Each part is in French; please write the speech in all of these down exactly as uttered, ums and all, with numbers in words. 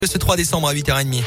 Ce trois décembre à huit heures trente.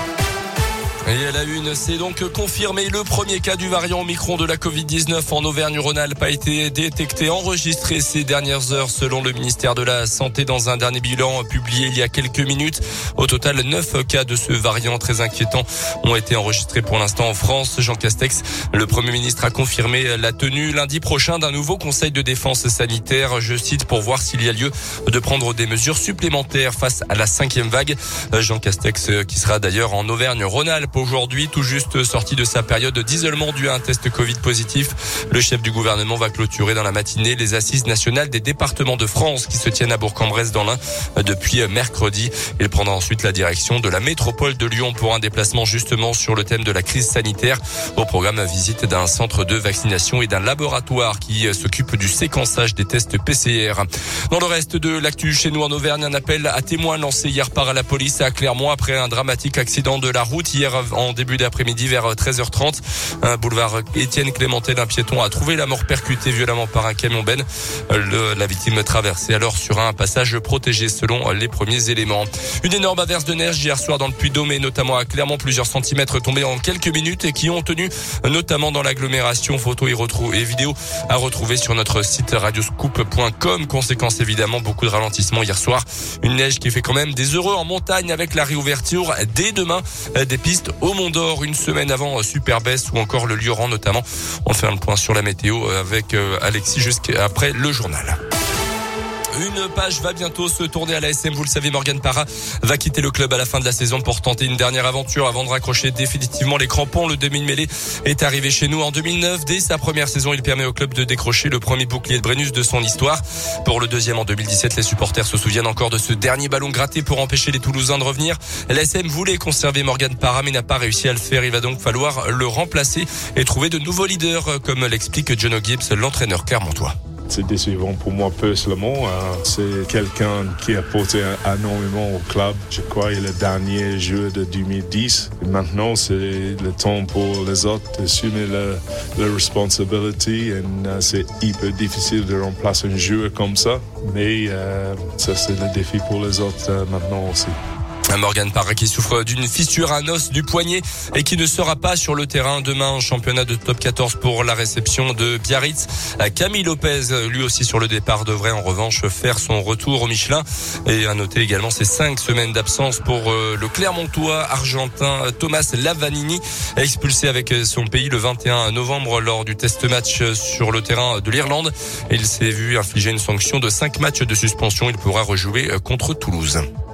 Et à la une, c'est donc confirmé. Le premier cas du variant Omicron de la covid dix-neuf en Auvergne-Rhône-Alpes a été détecté, enregistré ces dernières heures selon le ministère de la Santé dans un dernier bilan publié il y a quelques minutes. Au total, neuf cas de ce variant très inquiétant ont été enregistrés pour l'instant en France. Jean Castex, le Premier ministre, a confirmé la tenue lundi prochain d'un nouveau conseil de défense sanitaire, je cite, pour voir s'il y a lieu de prendre des mesures supplémentaires face à la cinquième vague. Jean Castex qui sera d'ailleurs en Auvergne-Rhône-Alpes aujourd'hui, tout juste sorti de sa période d'isolement dû à un test Covid positif. Le chef du gouvernement va clôturer dans la matinée les assises nationales des départements de France qui se tiennent à Bourg-en-Bresse dans l'Ain depuis mercredi. Il prendra ensuite la direction de la métropole de Lyon pour un déplacement justement sur le thème de la crise sanitaire. Au programme, visite d'un centre de vaccination et d'un laboratoire qui s'occupe du séquençage des tests P C R. Dans le reste de l'actu chez nous en Auvergne, un appel à témoins lancé hier par la police à Clermont après un dramatique accident de la route hier en début d'après-midi vers treize heures trente. Un boulevard Étienne Clémentel, un piéton a trouvé la mort percuté violemment par un camion-ben. Le, la victime traversait alors sur un passage protégé selon les premiers éléments. Une énorme averse de neige hier soir dans le Puy-de-Dôme et notamment à Clermont, plusieurs centimètres tombés en quelques minutes et qui ont tenu notamment dans l'agglomération. Photos et, retrou- et vidéos à retrouver sur notre site radioscoop point com. Conséquence évidemment, beaucoup de ralentissements hier soir. Une neige qui fait quand même des heureux en montagne avec la réouverture dès demain des pistes au Mont-d'Or, une semaine avant Superbès ou encore le Lioran notamment. On fait un point sur la météo avec Alexis jusqu'après le journal. Une page va bientôt se tourner à l'A S M. Vous le savez, Morgan Parra va quitter le club à la fin de la saison pour tenter une dernière aventure avant de raccrocher définitivement les crampons. Le demi-mêlée est arrivé chez nous en deux mille neuf. Dès sa première saison, il permet au club de décrocher le premier bouclier de Brennus de son histoire. Pour le deuxième en deux mille dix-sept, les supporters se souviennent encore de ce dernier ballon gratté pour empêcher les Toulousains de revenir. L'A S M voulait conserver Morgan Parra mais n'a pas réussi à le faire. Il va donc falloir le remplacer et trouver de nouveaux leaders, comme l'explique John Gibbs, l'entraîneur clermontois. C'est décevant pour moi personnellement. C'est quelqu'un qui a apporté énormément au club. Je crois qu'il est le dernier joueur de deux mille dix. Et maintenant, c'est le temps pour les autres d'assumer la, la responsabilité. Et c'est hyper difficile de remplacer un joueur comme ça. Mais euh, ça, c'est le défi pour les autres euh, maintenant aussi. Morgan Parra qui souffre d'une fissure à un os du poignet et qui ne sera pas sur le terrain demain en championnat de top quatorze pour la réception de Biarritz. Camille Lopez, lui aussi sur le départ, devrait en revanche faire son retour au Michelin. Et à noter également ces cinq semaines d'absence pour le Clermontois argentin Thomas Lavanini, expulsé avec son pays le vingt et un novembre lors du test match sur le terrain de l'Irlande. Il s'est vu infliger une sanction de cinq matchs de suspension. Il pourra rejouer contre Toulouse.